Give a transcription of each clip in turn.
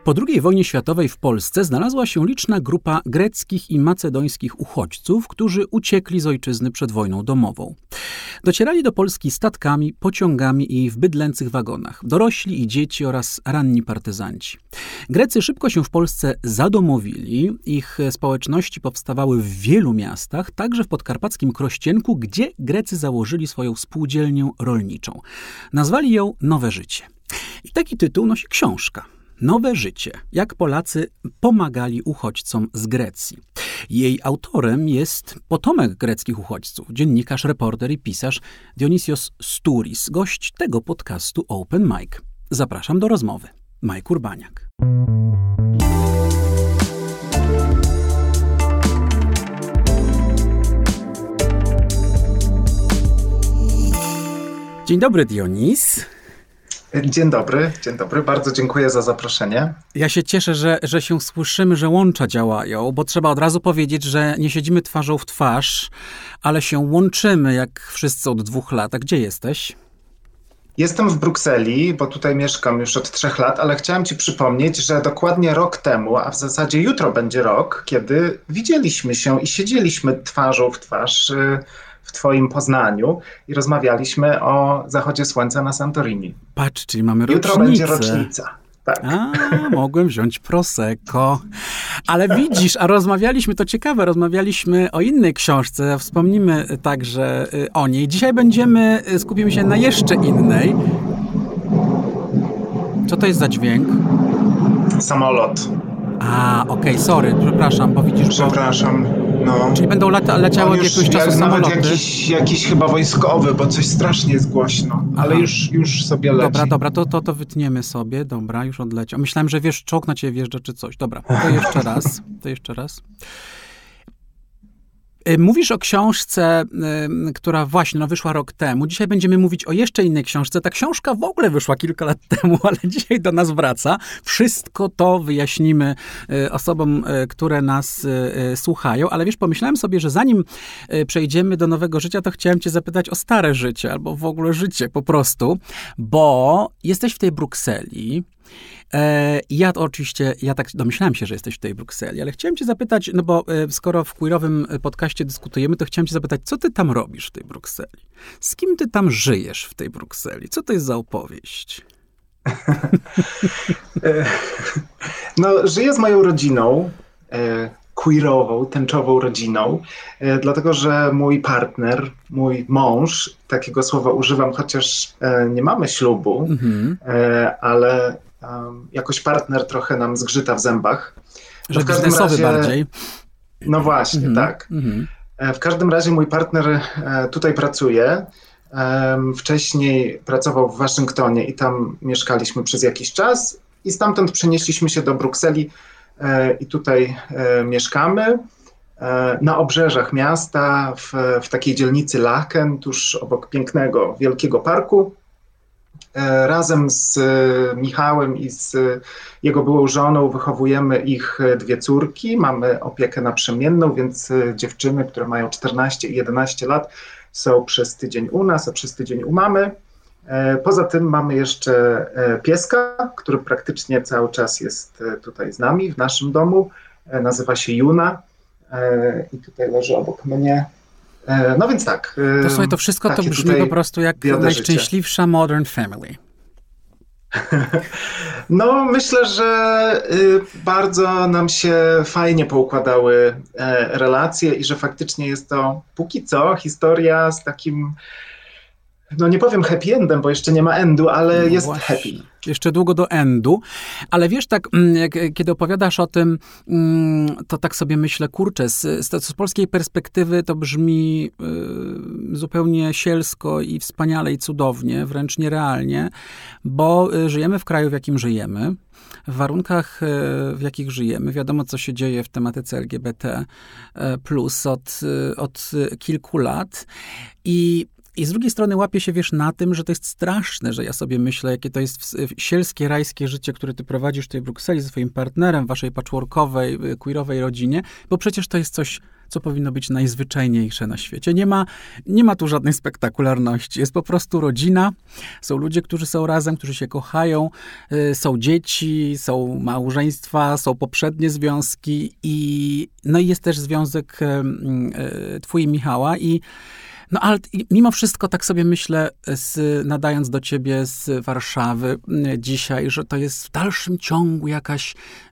Po II wojnie światowej w Polsce znalazła się liczna grupa greckich i macedońskich uchodźców, którzy uciekli z ojczyzny przed wojną domową. Docierali do Polski statkami, pociągami i w bydlęcych wagonach. Dorośli i dzieci oraz ranni partyzanci. Grecy szybko się w Polsce zadomowili. Ich społeczności powstawały w wielu miastach, także w podkarpackim Krościenku, gdzie Grecy założyli swoją spółdzielnię rolniczą. Nazwali ją Nowe Życie. I taki tytuł nosi książka. Nowe życie. Jak Polacy pomagali uchodźcom z Grecji. Jej autorem jest potomek greckich uchodźców, dziennikarz, reporter i pisarz Dionisios Stouris, gość tego podcastu Open Mic. Zapraszam do rozmowy. Mike Urbaniak. Dzień dobry, Dionis. Dzień dobry. Bardzo dziękuję za zaproszenie. Ja się cieszę, że się słyszymy, że łącza działają, bo trzeba od razu powiedzieć, że nie siedzimy twarzą w twarz, ale się łączymy jak wszyscy od 2 lat. A gdzie jesteś? Jestem w Brukseli, bo tutaj mieszkam już od 3 lat, ale chciałem ci przypomnieć, że dokładnie rok temu, a w zasadzie jutro będzie rok, kiedy widzieliśmy się i siedzieliśmy twarzą w twarz w twoim Poznaniu i rozmawialiśmy o zachodzie słońca na Santorini. Patrz, czyli mamy rocznicę. Jutro będzie rocznica. Tak. Mogłem wziąć Prosecco. Ale widzisz, a rozmawialiśmy, to ciekawe, rozmawialiśmy o innej książce, wspomnimy także o niej. Dzisiaj skupimy się na jeszcze innej. Co to jest za dźwięk? Samolot. Okej, sorry, przepraszam, bo widzisz... Przepraszam, no. Czyli będą leciały od jakiegoś czasu samoloty? Nawet jakiś chyba wojskowy, bo coś strasznie jest głośno, ale już sobie leci. Dobra, to wytniemy sobie, dobra, już odleciał. Myślałem, że czołg na ciebie wjeżdża czy coś. Dobra, to jeszcze raz. Mówisz o książce, która właśnie wyszła rok temu. Dzisiaj będziemy mówić o jeszcze innej książce. Ta książka w ogóle wyszła kilka lat temu, ale dzisiaj do nas wraca. Wszystko to wyjaśnimy osobom, które nas słuchają. Ale pomyślałem sobie, że zanim przejdziemy do nowego życia, to chciałem cię zapytać o stare życie, albo w ogóle życie po prostu, bo jesteś w tej Brukseli. Ja tak domyślałem się, że jesteś w tej Brukseli, ale chciałem cię zapytać, no bo skoro w queerowym podcaście dyskutujemy, to chciałem cię zapytać, co ty tam robisz w tej Brukseli? Z kim ty tam żyjesz w tej Brukseli? Co to jest za opowieść? Żyję z moją rodziną, queerową, tęczową rodziną, dlatego że mój partner, mój mąż, takiego słowa używam, chociaż nie mamy ślubu, ale jakoś partner trochę nam zgrzyta w zębach. Że biznesowy bardziej. No właśnie, tak. W każdym razie mój partner tutaj pracuje. Wcześniej pracował w Waszyngtonie i tam mieszkaliśmy przez jakiś czas i stamtąd przenieśliśmy się do Brukseli i tutaj mieszkamy na obrzeżach miasta, w takiej dzielnicy Laken, tuż obok pięknego, wielkiego parku. Razem z Michałem i z jego byłą żoną wychowujemy ich 2 córki. Mamy opiekę naprzemienną, więc dziewczyny, które mają 14 i 11 lat, są przez tydzień u nas, a przez tydzień u mamy. Poza tym mamy jeszcze pieska, który praktycznie cały czas jest tutaj z nami, w naszym domu. Nazywa się Juna i tutaj leży obok mnie. No więc tak. To słuchaj, to wszystko to brzmi po prostu jak najszczęśliwsza Modern Family. No myślę, że bardzo nam się fajnie poukładały relacje i że faktycznie jest to póki co historia z takim, no nie powiem happy endem, bo jeszcze nie ma endu, ale jest właśnie happy. Jeszcze długo do endu, ale wiesz, tak, kiedy opowiadasz o tym, to tak sobie myślę, kurczę, z polskiej perspektywy to brzmi zupełnie sielsko i wspaniale i cudownie, wręcz nierealnie, bo żyjemy w kraju, w jakim żyjemy, w warunkach, w jakich żyjemy. Wiadomo, co się dzieje w tematyce LGBT plus od kilku lat i z drugiej strony łapię się, na tym, że to jest straszne, że ja sobie myślę, jakie to jest sielskie, rajskie życie, które ty prowadzisz w tej Brukseli ze swoim partnerem, w waszej patchworkowej, queerowej rodzinie, bo przecież to jest coś co powinno być najzwyczajniejsze na świecie. Nie ma tu żadnej spektakularności. Jest po prostu rodzina, są ludzie, którzy są razem, którzy się kochają, są dzieci, są małżeństwa, są poprzednie związki i jest też związek twój i Michała no ale mimo wszystko tak sobie myślę, nadając do ciebie z Warszawy dzisiaj, że to jest w dalszym ciągu jakaś,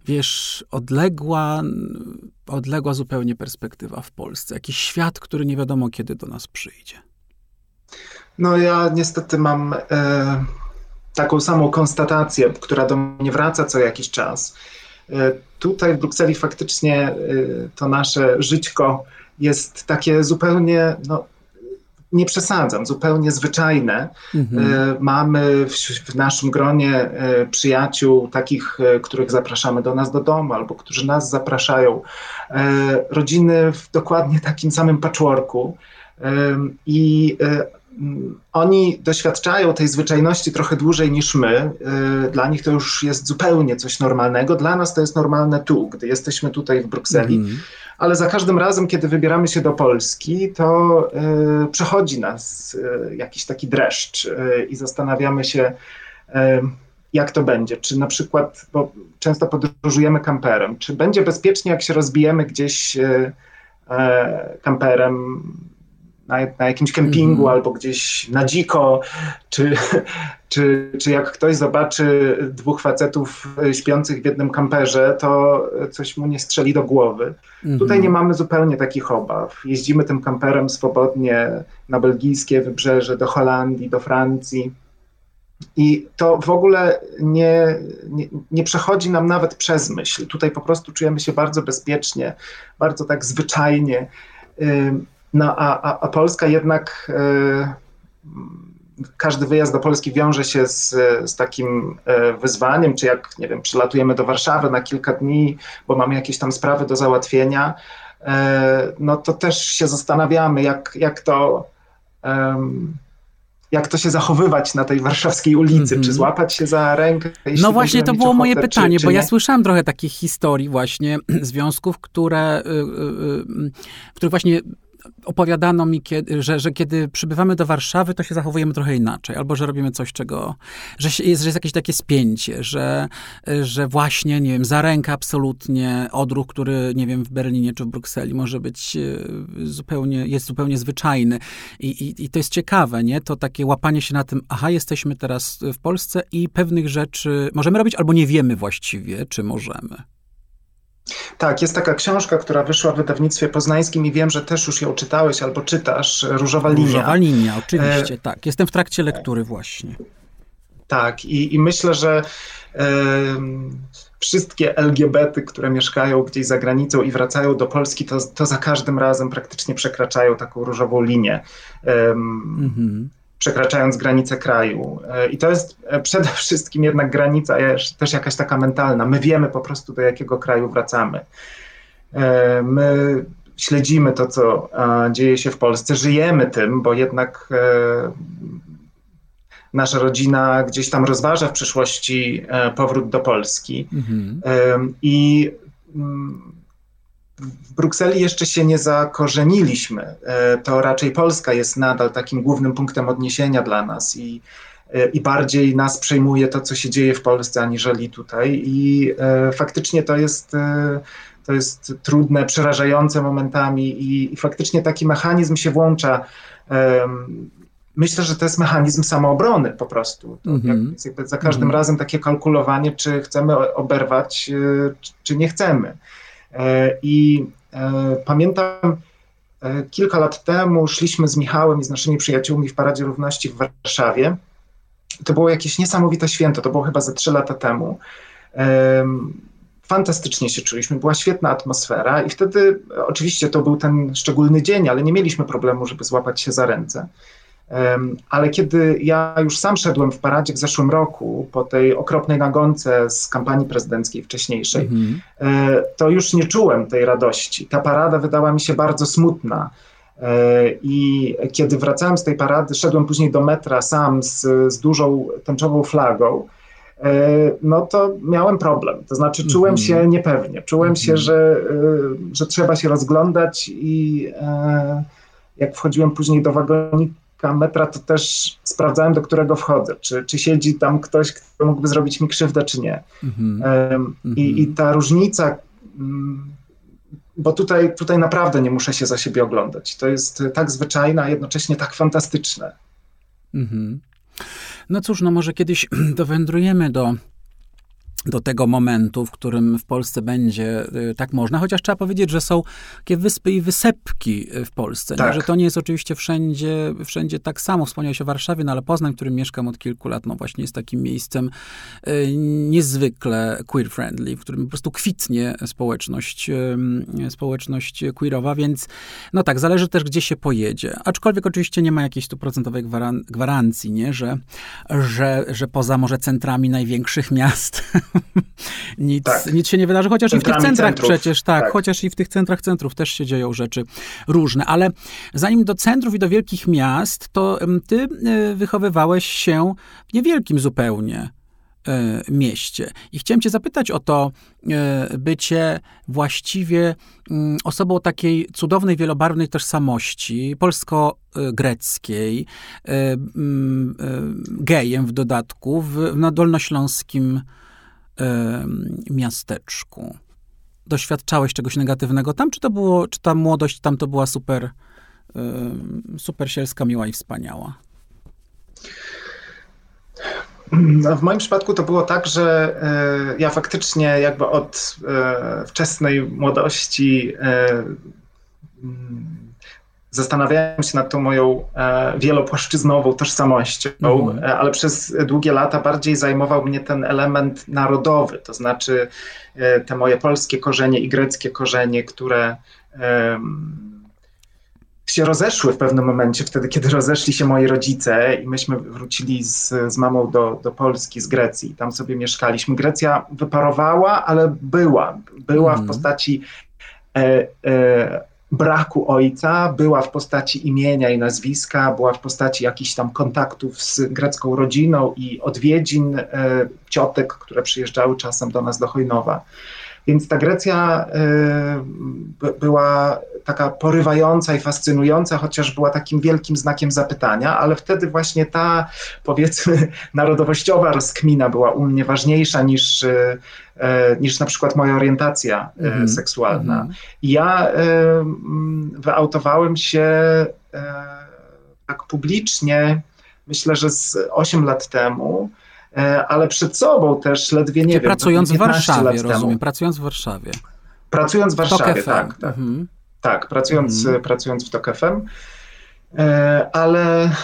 odległa zupełnie perspektywa w Polsce. Jakiś świat, który nie wiadomo kiedy do nas przyjdzie. No ja niestety mam taką samą konstatację, która do mnie wraca co jakiś czas. Tutaj w Brukseli faktycznie to nasze żyćko jest takie zupełnie, nie przesadzam, zupełnie zwyczajne. Mamy w naszym gronie przyjaciół, takich, których zapraszamy do nas do domu, albo którzy nas zapraszają. Rodziny w dokładnie takim samym patchworku. I oni doświadczają tej zwyczajności trochę dłużej niż my. Dla nich to już jest zupełnie coś normalnego. Dla nas to jest normalne tu, gdy jesteśmy tutaj w Brukseli. Ale za każdym razem, kiedy wybieramy się do Polski, to przechodzi nas jakiś taki dreszcz i zastanawiamy się, jak to będzie. Czy na przykład, bo często podróżujemy kamperem, czy będzie bezpiecznie, jak się rozbijemy gdzieś kamperem na jakimś kempingu albo gdzieś na dziko, czy jak ktoś zobaczy dwóch facetów śpiących w jednym kamperze, to coś mu nie strzeli do głowy. Tutaj nie mamy zupełnie takich obaw. Jeździmy tym kamperem swobodnie na belgijskie wybrzeże, do Holandii, do Francji i to w ogóle nie przechodzi nam nawet przez myśl. Tutaj po prostu czujemy się bardzo bezpiecznie, bardzo tak zwyczajnie. A Polska jednak, każdy wyjazd do Polski wiąże się z takim wyzwaniem, czy jak, nie wiem, przylatujemy do Warszawy na kilka dni, bo mamy jakieś tam sprawy do załatwienia, no to też się zastanawiamy, jak to się zachowywać na tej warszawskiej ulicy, czy złapać się za rękę. No właśnie to było moje pytanie, bo ja słyszałam trochę takich historii właśnie, związków, których właśnie opowiadano mi, że kiedy przybywamy do Warszawy, to się zachowujemy trochę inaczej, albo że robimy coś, że jest jakieś takie spięcie, że właśnie, nie wiem, za rękę absolutnie odruch, który, nie wiem, w Berlinie czy w Brukseli może być jest zupełnie zwyczajny. I to jest ciekawe, nie? To takie łapanie się na tym, jesteśmy teraz w Polsce i pewnych rzeczy możemy robić, albo nie wiemy właściwie, czy możemy. Tak, jest taka książka, która wyszła w wydawnictwie poznańskim i wiem, że też już ją czytałeś albo czytasz, Różowa linia. Różowa linia, oczywiście, tak. Jestem w trakcie lektury właśnie. Tak, i myślę, że wszystkie LGBT, które mieszkają gdzieś za granicą i wracają do Polski, to za każdym razem praktycznie przekraczają taką różową linię. Przekraczając granicę kraju. I to jest przede wszystkim jednak granica też jakaś taka mentalna. My wiemy po prostu, do jakiego kraju wracamy. My śledzimy to, co dzieje się w Polsce, żyjemy tym, bo jednak nasza rodzina gdzieś tam rozważa w przyszłości powrót do Polski. I w Brukseli jeszcze się nie zakorzeniliśmy. To raczej Polska jest nadal takim głównym punktem odniesienia dla nas i bardziej nas przejmuje to, co się dzieje w Polsce, aniżeli tutaj. I faktycznie to jest trudne, przerażające momentami i faktycznie taki mechanizm się włącza. Myślę, że to jest mechanizm samoobrony po prostu. To jakby za każdym razem takie kalkulowanie, czy chcemy oberwać, czy nie chcemy. I pamiętam, kilka lat temu szliśmy z Michałem i z naszymi przyjaciółmi w Paradzie Równości w Warszawie. To było jakieś niesamowite święto, to było chyba ze 3 lata temu. Fantastycznie się czuliśmy, była świetna atmosfera i wtedy oczywiście to był ten szczególny dzień, ale nie mieliśmy problemu, żeby złapać się za ręce. Ale kiedy ja już sam szedłem w paradzie w zeszłym roku, po tej okropnej nagonce z kampanii prezydenckiej wcześniejszej, to już nie czułem tej radości. Ta parada wydała mi się bardzo smutna. I kiedy wracałem z tej parady, szedłem później do metra sam z dużą tęczową flagą no to miałem problem. To znaczy czułem się niepewnie. Czułem się, że trzeba się rozglądać i jak wchodziłem później do wagonika metra, to też sprawdzałem, do którego wchodzę. Czy siedzi tam ktoś, kto mógłby zrobić mi krzywdę, czy nie. I ta różnica, bo tutaj naprawdę nie muszę się za siebie oglądać. To jest tak zwyczajne, a jednocześnie tak fantastyczne. No cóż, no może kiedyś dowędrujemy do tego momentu, w którym w Polsce będzie tak można, chociaż trzeba powiedzieć, że są takie wyspy i wysepki w Polsce, tak. Że to nie jest oczywiście wszędzie tak samo. Wspomniałeś o Warszawie, no ale Poznań, w którym mieszkam od kilku lat, no właśnie jest takim miejscem niezwykle queer-friendly, w którym po prostu kwitnie społeczność queerowa, więc no tak, zależy też, gdzie się pojedzie. Aczkolwiek oczywiście nie ma jakiejś 100% gwarancji, nie? Że poza może centrami największych miast nic się nie wydarzy, chociaż i w tych centrach przecież, tak, chociaż i w tych centrów też się dzieją rzeczy różne. Ale zanim do centrów i do wielkich miast, to ty wychowywałeś się w niewielkim zupełnie mieście. I chciałem cię zapytać o to bycie właściwie osobą takiej cudownej, wielobarwnej tożsamości, polsko-greckiej, gejem w dodatku, na dolnośląskim miasteczku. Doświadczałeś czegoś negatywnego tam, czy ta młodość tam to była super sielska, miła i wspaniała? No, w moim przypadku to było tak, że ja faktycznie jakby od wczesnej młodości zastanawiałem się nad tą moją wielopłaszczyznową tożsamością, ale przez długie lata bardziej zajmował mnie ten element narodowy, to znaczy te moje polskie korzenie i greckie korzenie, które się rozeszły w pewnym momencie, wtedy kiedy rozeszli się moi rodzice i myśmy wrócili z mamą do Polski, z Grecji. Tam sobie mieszkaliśmy. Grecja wyparowała, ale była w postaci braku ojca, była w postaci imienia i nazwiska, była w postaci jakichś tam kontaktów z grecką rodziną i odwiedzin ciotek, które przyjeżdżały czasem do nas do Chojnowa. Więc ta Grecja była taka porywająca i fascynująca, chociaż była takim wielkim znakiem zapytania, ale wtedy właśnie ta, powiedzmy, narodowościowa rozkmina była u mnie ważniejsza niż na przykład moja orientacja seksualna. I ja wyautowałem się tak publicznie, myślę, że z 8 lat temu, ale przed sobą też ledwie, nie wiem, pracując w Warszawie, lat rozumiem, temu. Pracując w Warszawie. Pracując w Warszawie, tak. Tak, pracując w TOK FM, ale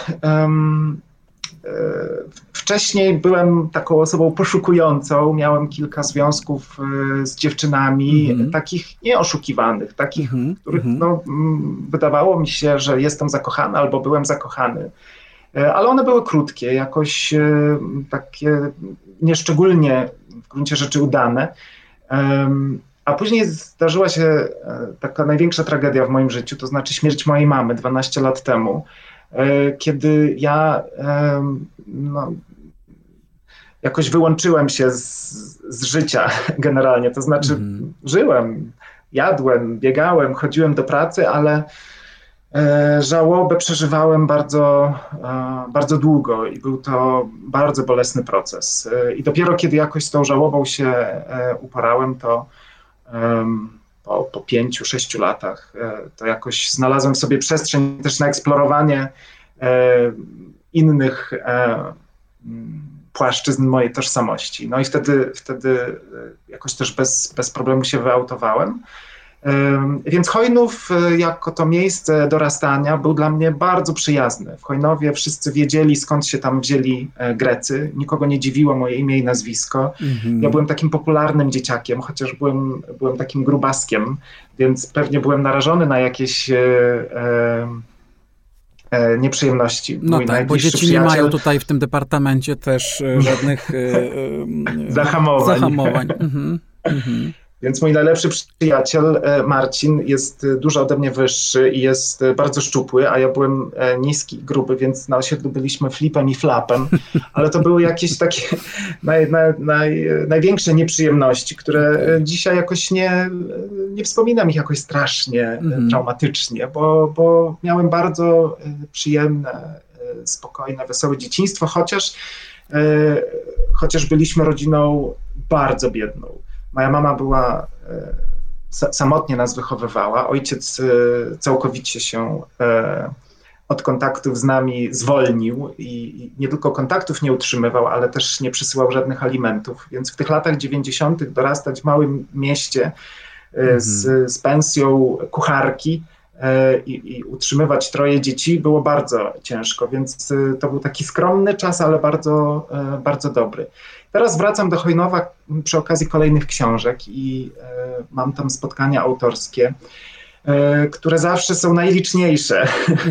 wcześniej byłem taką osobą poszukującą, miałem kilka związków z dziewczynami, takich nieoszukiwanych, takich, których wydawało mi się, że jestem zakochany albo byłem zakochany. Ale one były krótkie, jakoś takie nieszczególnie w gruncie rzeczy udane. A później zdarzyła się taka największa tragedia w moim życiu, to znaczy śmierć mojej mamy 12 lat temu, kiedy ja jakoś wyłączyłem się z życia generalnie. To znaczy żyłem, jadłem, biegałem, chodziłem do pracy, ale żałobę przeżywałem bardzo, bardzo długo i był to bardzo bolesny proces. I dopiero kiedy jakoś z tą żałobą się uporałem, to po 5-6 latach to jakoś znalazłem sobie przestrzeń też na eksplorowanie innych płaszczyzn mojej tożsamości. No i wtedy jakoś też bez problemu się wyautowałem. Więc Chojnów jako to miejsce dorastania był dla mnie bardzo przyjazny. W Chojnowie wszyscy wiedzieli, skąd się tam wzięli Grecy. Nikogo nie dziwiło moje imię i nazwisko. Ja byłem takim popularnym dzieciakiem, chociaż byłem takim grubaskiem, więc pewnie byłem narażony na jakieś nieprzyjemności. No mój tak, bo dzieci nie mają tutaj w tym departamencie też żadnych zahamowań. Więc mój najlepszy przyjaciel Marcin jest dużo ode mnie wyższy i jest bardzo szczupły, a ja byłem niski i gruby, więc na osiedlu byliśmy flipem i flapem, ale to były jakieś takie największe nieprzyjemności, które dzisiaj jakoś nie wspominam ich jakoś strasznie traumatycznie, bo miałem bardzo przyjemne, spokojne, wesołe dzieciństwo, chociaż byliśmy rodziną bardzo biedną. Moja mama była, samotnie nas wychowywała, ojciec całkowicie się od kontaktów z nami zwolnił i nie tylko kontaktów nie utrzymywał, ale też nie przysyłał żadnych alimentów, więc w tych latach 90. dorastać w małym mieście z pensją kucharki i utrzymywać 3 dzieci było bardzo ciężko, więc to był taki skromny czas, ale bardzo, bardzo dobry. Teraz wracam do Chojnowa przy okazji kolejnych książek i mam tam spotkania autorskie, które zawsze są najliczniejsze.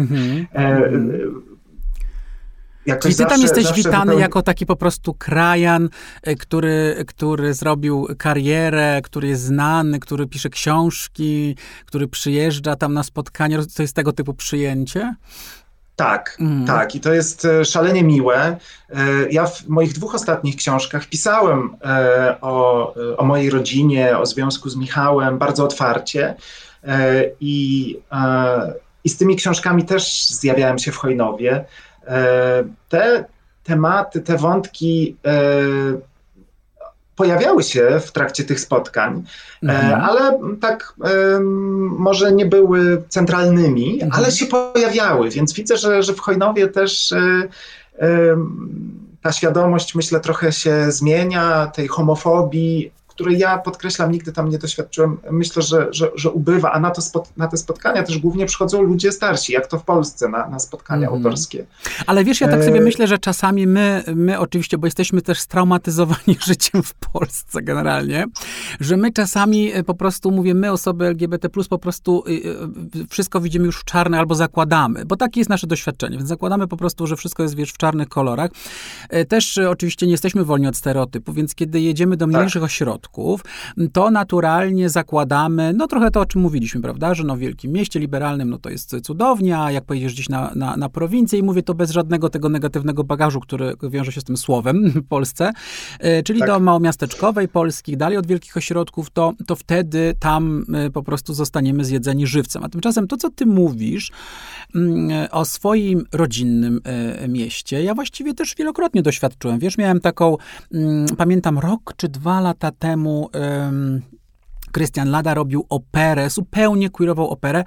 Czyli ty tam jesteś witany jako taki po prostu krajan, który zrobił karierę, który jest znany, który pisze książki, który przyjeżdża tam na spotkanie. To jest tego typu przyjęcie? Tak, tak. I to jest szalenie miłe. Ja w moich 2 ostatnich książkach pisałem o mojej rodzinie, o związku z Michałem bardzo otwarcie. I z tymi książkami też zjawiałem się w Chojnowie. Te tematy, te wątki pojawiały się w trakcie tych spotkań, ale tak może nie były centralnymi, ale się pojawiały, więc widzę, że w Chojnowie też ta świadomość, myślę, trochę się zmienia, tej homofobii, której ja, podkreślam, nigdy tam nie doświadczyłem. Myślę, że ubywa, a na te spotkania też głównie przychodzą ludzie starsi, jak to w Polsce na spotkania autorskie. Ale wiesz, ja tak sobie myślę, że czasami my oczywiście, bo jesteśmy też straumatyzowani życiem w Polsce generalnie, że my czasami po prostu, mówię, my osoby LGBT+, po prostu wszystko widzimy już w czarne albo zakładamy, bo takie jest nasze doświadczenie, więc zakładamy po prostu, że wszystko jest, wiesz, w czarnych kolorach. Też oczywiście nie jesteśmy wolni od stereotypów, więc kiedy jedziemy do mniejszych ośrodków, to naturalnie zakładamy, no trochę to, o czym mówiliśmy, prawda, że no w wielkim mieście liberalnym, no to jest cudownie, a jak pojedziesz gdzieś na prowincję i mówię to bez żadnego tego negatywnego bagażu, który wiąże się z tym słowem w Polsce, czyli do małomiasteczkowej Polski, dalej od wielkich ośrodków, to wtedy tam po prostu zostaniemy zjedzeni żywcem. A tymczasem to, co ty mówisz o swoim rodzinnym mieście, ja właściwie też wielokrotnie doświadczyłem. Wiesz, miałem taką, pamiętam, rok czy 2 lata temu Krystian Lada robił operę, zupełnie queerową operę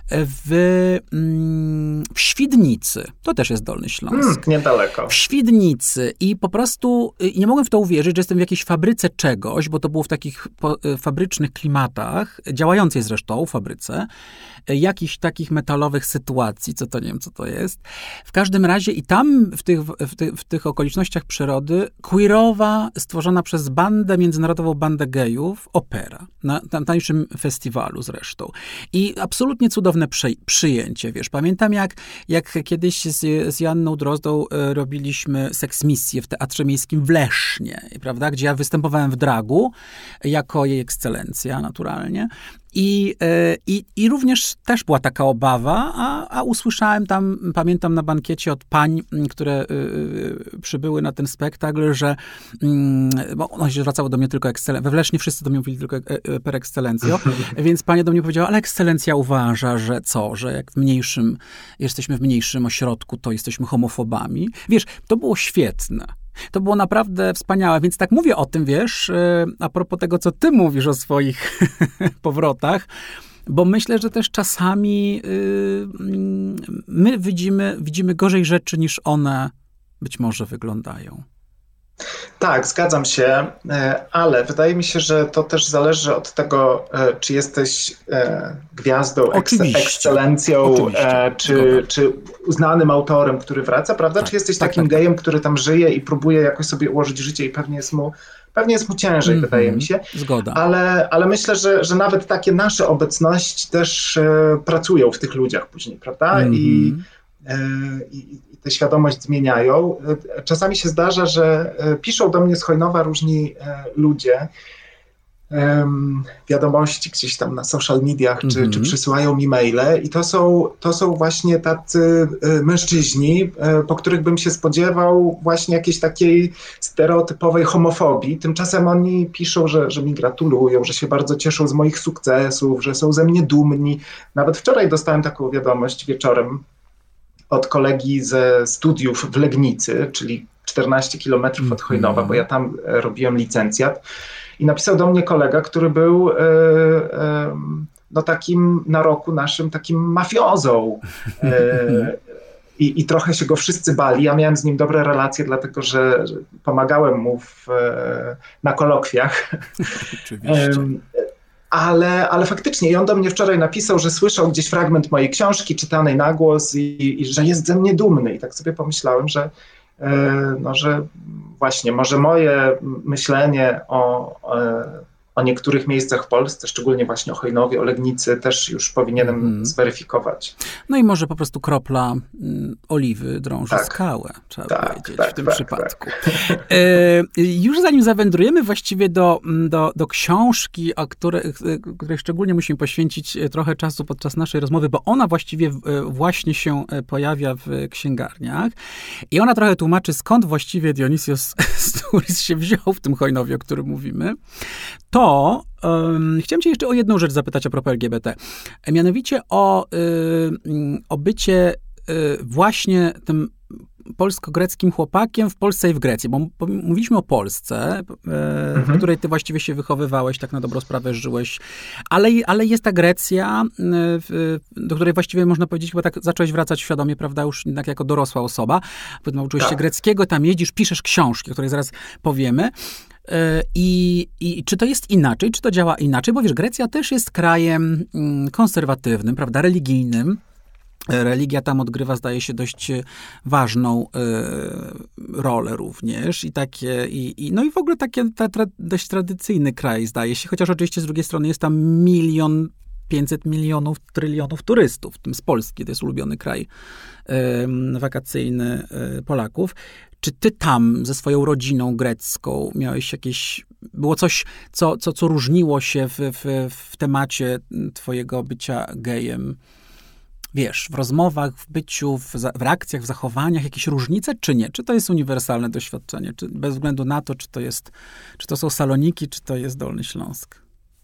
w Świdnicy. To też jest Dolny Śląsk. Niedaleko. W Świdnicy. I po prostu nie mogłem w to uwierzyć, że jestem w jakiejś fabryce czegoś, bo to było w takich fabrycznych klimatach, działającej zresztą fabryce, jakichś takich metalowych sytuacji, co to nie wiem, co to jest. W każdym razie i tam w tych okolicznościach przyrody queerowa, stworzona przez międzynarodową bandę gejów, opera. Na tamtejszym festiwalu zresztą. I absolutnie cudowne przyjęcie, wiesz. Pamiętam, jak kiedyś z Joanną Drozdą robiliśmy seksmisję w Teatrze Miejskim w Lesznie, prawda, gdzie ja występowałem w dragu, jako jej ekscelencja, naturalnie. I również też była taka obawa, a usłyszałem tam, pamiętam na bankiecie od pań, które przybyły na ten spektakl, że, bo ono się zwracało do mnie tylko we Wlesznie wszyscy do mnie mówili tylko per excellencjo, więc panie do mnie powiedziała, ale ekscelencja uważa, że jak jesteśmy w mniejszym ośrodku, to jesteśmy homofobami. Wiesz, to było świetne. To było naprawdę wspaniałe, więc tak mówię o tym, wiesz, a propos tego, co ty mówisz o swoich powrotach, bo myślę, że też czasami my widzimy gorzej rzeczy, niż one być może wyglądają. Tak, zgadzam się, ale wydaje mi się, że to też zależy od tego, czy jesteś gwiazdą, ekscelencją, czy uznanym autorem, który wraca, prawda? Czy jesteś takim gejem, który tam żyje i próbuje jakoś sobie ułożyć życie i pewnie jest mu ciężej, wydaje mi się. Zgoda. Ale myślę, że nawet takie nasze obecności też pracują w tych ludziach później, prawda? I tę świadomość zmieniają. Czasami się zdarza, że piszą do mnie z Chojnowa różni ludzie wiadomości gdzieś tam na social mediach, czy przysyłają mi maile i to są właśnie tacy mężczyźni, po których bym się spodziewał właśnie jakiejś takiej stereotypowej homofobii. Tymczasem oni piszą, że mi gratulują, że się bardzo cieszą z moich sukcesów, że są ze mnie dumni. Nawet wczoraj dostałem taką wiadomość wieczorem od kolegi ze studiów w Legnicy, czyli 14 kilometrów od Chojnowa, bo ja tam robiłem licencjat. I napisał do mnie kolega, który był no takim na roku naszym takim mafiozą. I trochę się go wszyscy bali. Ja miałem z nim dobre relacje, dlatego że pomagałem mu na kolokwiach. Oczywiście. Ale faktycznie, i on do mnie wczoraj napisał, że słyszał gdzieś fragment mojej książki czytanej na głos i że jest ze mnie dumny. I tak sobie pomyślałem, że właśnie może moje myślenie o niektórych miejscach w Polsce, szczególnie właśnie o Chojnowie, o Legnicy, też już powinienem zweryfikować. No i może po prostu kropla oliwy drąży skałę, trzeba powiedzieć w tym przypadku. Już zanim zawędrujemy właściwie do książki, której szczególnie musimy poświęcić trochę czasu podczas naszej rozmowy, bo ona właściwie właśnie się pojawia w księgarniach i ona trochę tłumaczy, skąd właściwie Dionysios Sturis się wziął w tym Chojnowie, o którym mówimy, to chciałem cię jeszcze o jedną rzecz zapytać a propos LGBT. Mianowicie o bycie właśnie tym polsko-greckim chłopakiem w Polsce i w Grecji, bo mówiliśmy o Polsce, w której ty właściwie się wychowywałeś, tak na dobrą sprawę żyłeś, ale jest ta Grecja, do której właściwie można powiedzieć, bo tak zacząłeś wracać świadomie, prawda, już jednak jako dorosła osoba, nauczyłeś się greckiego, tam jedziesz, piszesz książki, o której zaraz powiemy. I czy to jest inaczej, czy to działa inaczej? Bo wiesz, Grecja też jest krajem konserwatywnym, prawda, religijnym. Religia tam odgrywa, zdaje się, dość ważną rolę również no i w ogóle dość tradycyjny kraj, zdaje się, chociaż oczywiście z drugiej strony jest tam 1,5 miliona trylionów turystów, w tym z Polski, to jest ulubiony kraj wakacyjny Polaków. Czy ty tam ze swoją rodziną grecką miałeś było coś, co różniło się w temacie twojego bycia gejem? Wiesz, w rozmowach, w byciu, w reakcjach, w zachowaniach, jakieś różnice, czy nie? Czy to jest uniwersalne doświadczenie? Czy bez względu na to, czy to są Saloniki, czy to jest Dolny Śląsk?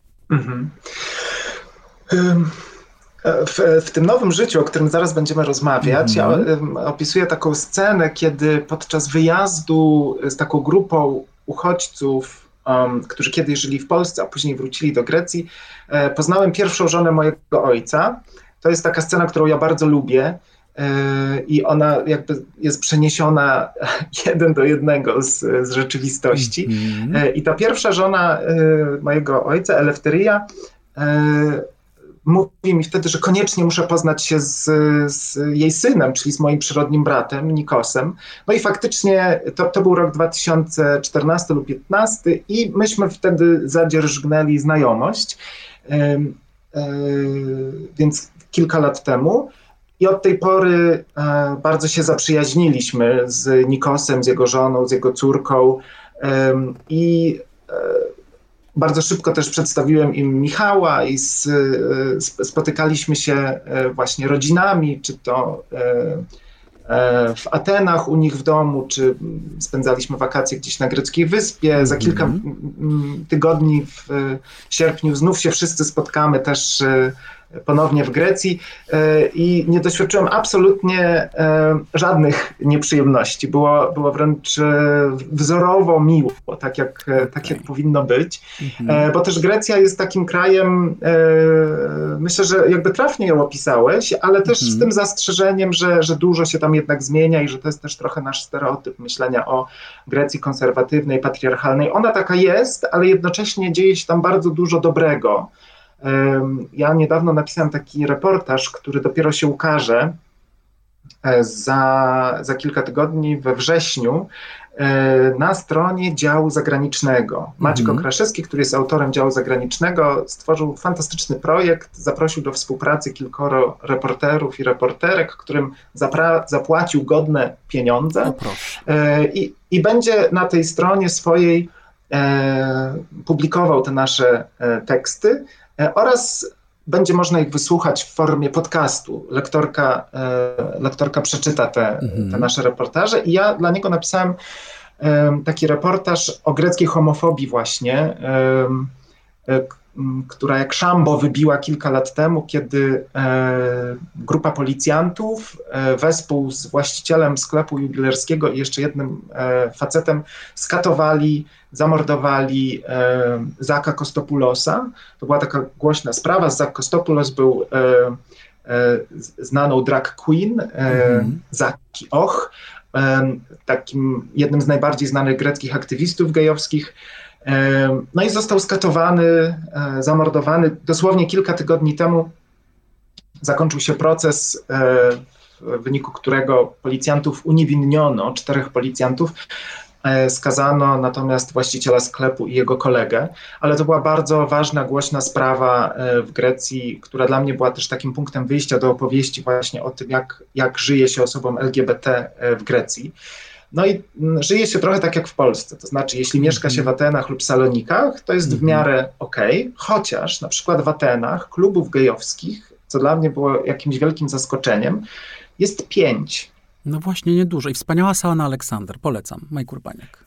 W tym nowym życiu, o którym zaraz będziemy rozmawiać, ja opisuję taką scenę, kiedy podczas wyjazdu z taką grupą uchodźców, którzy kiedyś żyli w Polsce, a później wrócili do Grecji, poznałem pierwszą żonę mojego ojca. To jest taka scena, którą ja bardzo lubię i ona jakby jest przeniesiona 1 do 1 z rzeczywistości. I ta pierwsza żona mojego ojca, Eleftheria, mówi mi wtedy, że koniecznie muszę poznać się z jej synem, czyli z moim przyrodnim bratem, Nikosem. No i faktycznie to był rok 2014 lub 2015 i myśmy wtedy zadzierżgnęli znajomość, więc kilka lat temu. I od tej pory bardzo się zaprzyjaźniliśmy z Nikosem, z jego żoną, z jego córką i bardzo szybko też przedstawiłem im Michała i spotykaliśmy się właśnie rodzinami, czy to w Atenach u nich w domu, czy spędzaliśmy wakacje gdzieś na greckiej wyspie. Za kilka tygodni w sierpniu znów się wszyscy spotkamy też ponownie w Grecji i nie doświadczyłem absolutnie żadnych nieprzyjemności. Było wręcz wzorowo miło, tak jak powinno być. Bo też Grecja jest takim krajem, myślę, że jakby trafnie ją opisałeś, ale też z tym zastrzeżeniem, że dużo się tam jednak zmienia i że to jest też trochę nasz stereotyp myślenia o Grecji konserwatywnej, patriarchalnej. Ona taka jest, ale jednocześnie dzieje się tam bardzo dużo dobrego. Ja niedawno napisałem taki reportaż, który dopiero się ukaże za kilka tygodni, we wrześniu, na stronie działu zagranicznego. Maciek Okraszewski, który jest autorem działu zagranicznego, stworzył fantastyczny projekt, zaprosił do współpracy kilkoro reporterów i reporterek, którym zapłacił godne pieniądze i będzie na tej stronie swojej publikował te nasze teksty oraz będzie można ich wysłuchać w formie podcastu. Lektorka przeczyta te nasze reportaże i ja dla niego napisałem taki reportaż o greckiej homofobii właśnie, która jak szambo wybiła kilka lat temu, kiedy grupa policjantów wespół z właścicielem sklepu jubilerskiego i jeszcze jednym facetem skatowali, zamordowali Zaka Kostopoulosa. To była taka głośna sprawa. Zak Kostopoulos był znaną drag queen, Zaki Och, takim jednym z najbardziej znanych greckich aktywistów gejowskich. No i został skatowany, zamordowany. Dosłownie kilka tygodni temu zakończył się proces, w wyniku którego policjantów uniewinniono, 4 policjantów, skazano natomiast właściciela sklepu i jego kolegę, ale to była bardzo ważna, głośna sprawa w Grecji, która dla mnie była też takim punktem wyjścia do opowieści właśnie o tym, jak żyje się osobom LGBT w Grecji. No i żyje się trochę tak jak w Polsce, to znaczy jeśli mieszka się w Atenach lub Salonikach, to jest w miarę okej, chociaż na przykład w Atenach klubów gejowskich, co dla mnie było jakimś wielkim zaskoczeniem, jest 5. No właśnie, niedużo. I wspaniała sauna Aleksander. Polecam. Majk Urbaniak.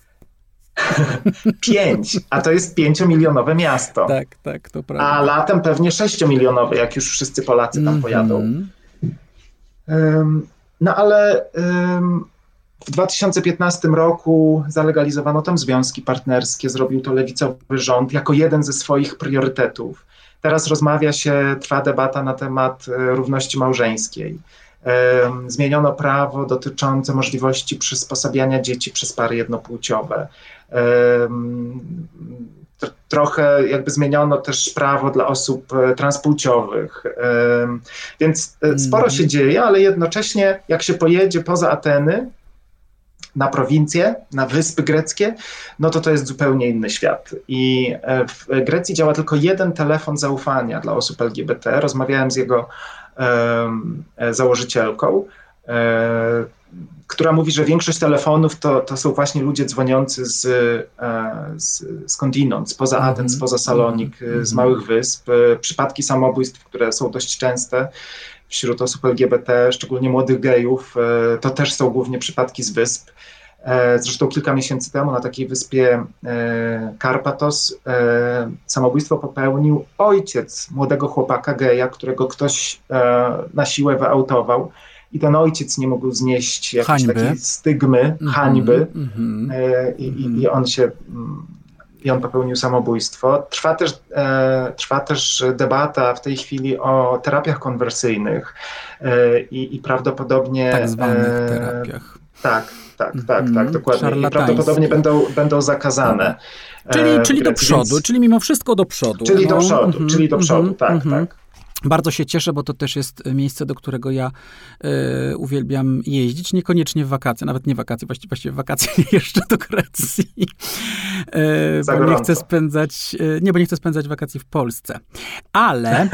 5, a to jest 5-milionowe miasto. Tak, to prawda. A latem pewnie 6-milionowe, jak już wszyscy Polacy tam pojadą. No ale w 2015 roku zalegalizowano tam związki partnerskie, zrobił to lewicowy rząd jako jeden ze swoich priorytetów. Teraz trwa debata na temat równości małżeńskiej. Zmieniono prawo dotyczące możliwości przysposabiania dzieci przez pary jednopłciowe. Trochę jakby zmieniono też prawo dla osób transpłciowych. Więc sporo się dzieje, ale jednocześnie jak się pojedzie poza Ateny, na prowincje, na wyspy greckie, no to jest zupełnie inny świat. I w Grecji działa tylko jeden telefon zaufania dla osób LGBT. Rozmawiałem z jego założycielką, która mówi, że większość telefonów to są właśnie ludzie dzwoniący skądinąd, spoza Aten, spoza Salonik, z małych wysp. Przypadki samobójstw, które są dość częste wśród osób LGBT, szczególnie młodych gejów, to też są głównie przypadki z wysp. Zresztą kilka miesięcy temu na takiej wyspie Karpatos samobójstwo popełnił ojciec młodego chłopaka geja, którego ktoś na siłę wyautował. I ten ojciec nie mógł znieść jakiejś takiej stygmy, hańby i on popełnił samobójstwo. Trwa też debata w tej chwili o terapiach konwersyjnych i prawdopodobnie... Tak zwanych terapiach. Tak, dokładnie. I prawdopodobnie będą zakazane. Czyli do przodu, więc... czyli mimo wszystko do przodu. Czyli do przodu, tak. Bardzo się cieszę, bo to też jest miejsce, do którego ja uwielbiam jeździć. Niekoniecznie w wakacje, nawet nie wakacje, właściwie w wakacje nie jeżdżę do Grecji. Bo nie chcę spędzać wakacji w Polsce. Ale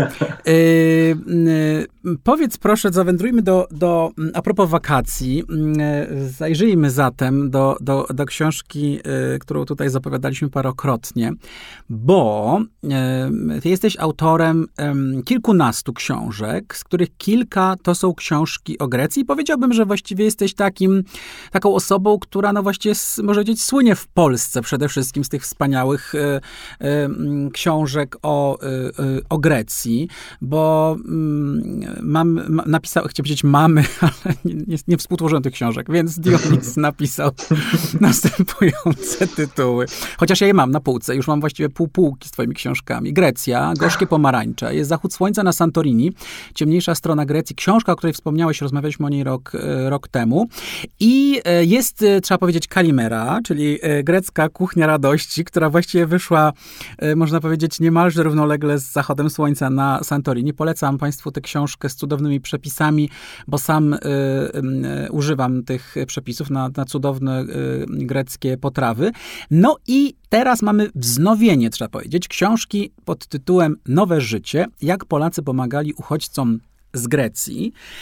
powiedz proszę, zawędrujmy a propos wakacji, zajrzyjmy zatem do książki, którą tutaj zapowiadaliśmy parokrotnie, bo ty jesteś autorem kilkunastu książek, z których kilka to są książki o Grecji. I powiedziałbym, że właściwie jesteś taką osobą, która no właściwie, może powiedzieć, słynie w Polsce przede wszystkim z tych wspaniałych książek o Grecji, bo chciałem powiedzieć mamy, ale nie współtworzyłem tych książek, więc Dionys napisał następujące tytuły. Chociaż ja je mam na półce, już mam właściwie półki z twoimi książkami. Grecja, Gorzkie pomarańcze, jest Zachód słońca na Santorini, Ciemniejsza strona Grecji, książka, o której wspomniałeś, rozmawialiśmy o niej rok temu. I jest, trzeba powiedzieć, Kalimera, czyli grecka kuchnia radości, która właściwie wyszła, można powiedzieć, niemalże równolegle z Zachodem słońca na Santorini. Polecam państwu tę książkę z cudownymi przepisami, bo sam używam tych przepisów na cudowne greckie potrawy. No i teraz mamy wznowienie, trzeba powiedzieć, książki pod tytułem Nowe życie, jak Polacy pomagali uchodźcom z Grecji.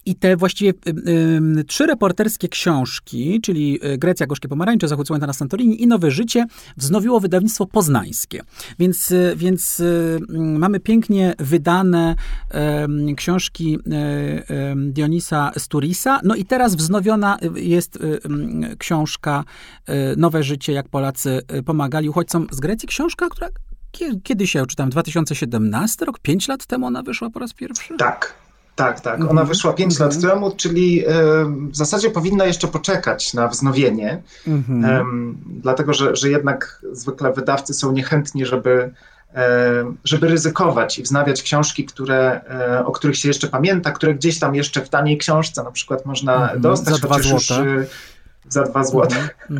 I te właściwie 3 reporterskie książki, czyli Grecja, Gorzkie Pomarańcze, Zachód Słońca na Santorini i Nowe Życie, wznowiło wydawnictwo poznańskie. Więc mamy pięknie wydane książki Dionisa Sturisa. No i teraz wznowiona jest książka Nowe Życie, jak Polacy pomagali uchodźcom z Grecji. Książka, która kiedy się czytałem? 2017 rok? 5 lat temu ona wyszła po raz pierwszy? Tak. Ona wyszła 5 lat temu, czyli w zasadzie powinna jeszcze poczekać na wznowienie, dlatego że jednak zwykle wydawcy są niechętni, żeby ryzykować i wznawiać książki, o których się jeszcze pamięta, które gdzieś tam jeszcze w taniej książce na przykład można dostać. Za 2 złote. Za 2 złote.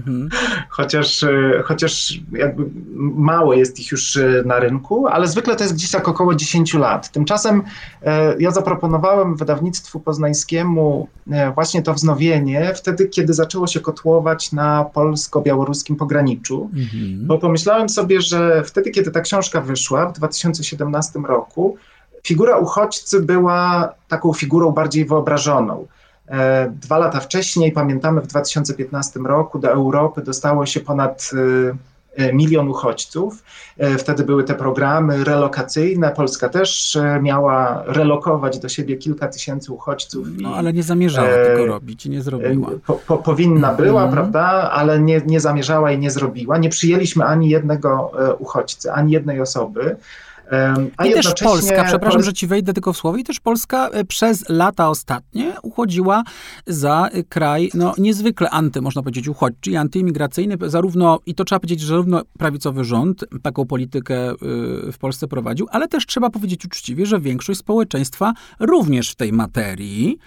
Chociaż jakby mało jest ich już na rynku, ale zwykle to jest gdzieś tak około 10 lat. Tymczasem ja zaproponowałem wydawnictwu poznańskiemu właśnie to wznowienie wtedy, kiedy zaczęło się kotłować na polsko-białoruskim pograniczu, bo pomyślałem sobie, że wtedy, kiedy ta książka wyszła w 2017 roku, figura uchodźcy była taką figurą bardziej wyobrażoną. 2 lata wcześniej, pamiętamy, w 2015 roku do Europy dostało się ponad 1 milion uchodźców. Wtedy były te programy relokacyjne. Polska też miała relokować do siebie kilka tysięcy uchodźców. No, ale nie zamierzała tego robić i nie zrobiła. Powinna była, prawda, ale nie zamierzała i nie zrobiła. Nie przyjęliśmy ani jednego uchodźcy, ani jednej osoby. I też Polska, przepraszam, że ci wejdę tylko w słowo, i też Polska przez lata ostatnie uchodziła za kraj niezwykle można powiedzieć, uchodźczy i antyimigracyjny, i to trzeba powiedzieć, że zarówno prawicowy rząd taką politykę w Polsce prowadził, ale też trzeba powiedzieć uczciwie, że większość społeczeństwa również w tej materii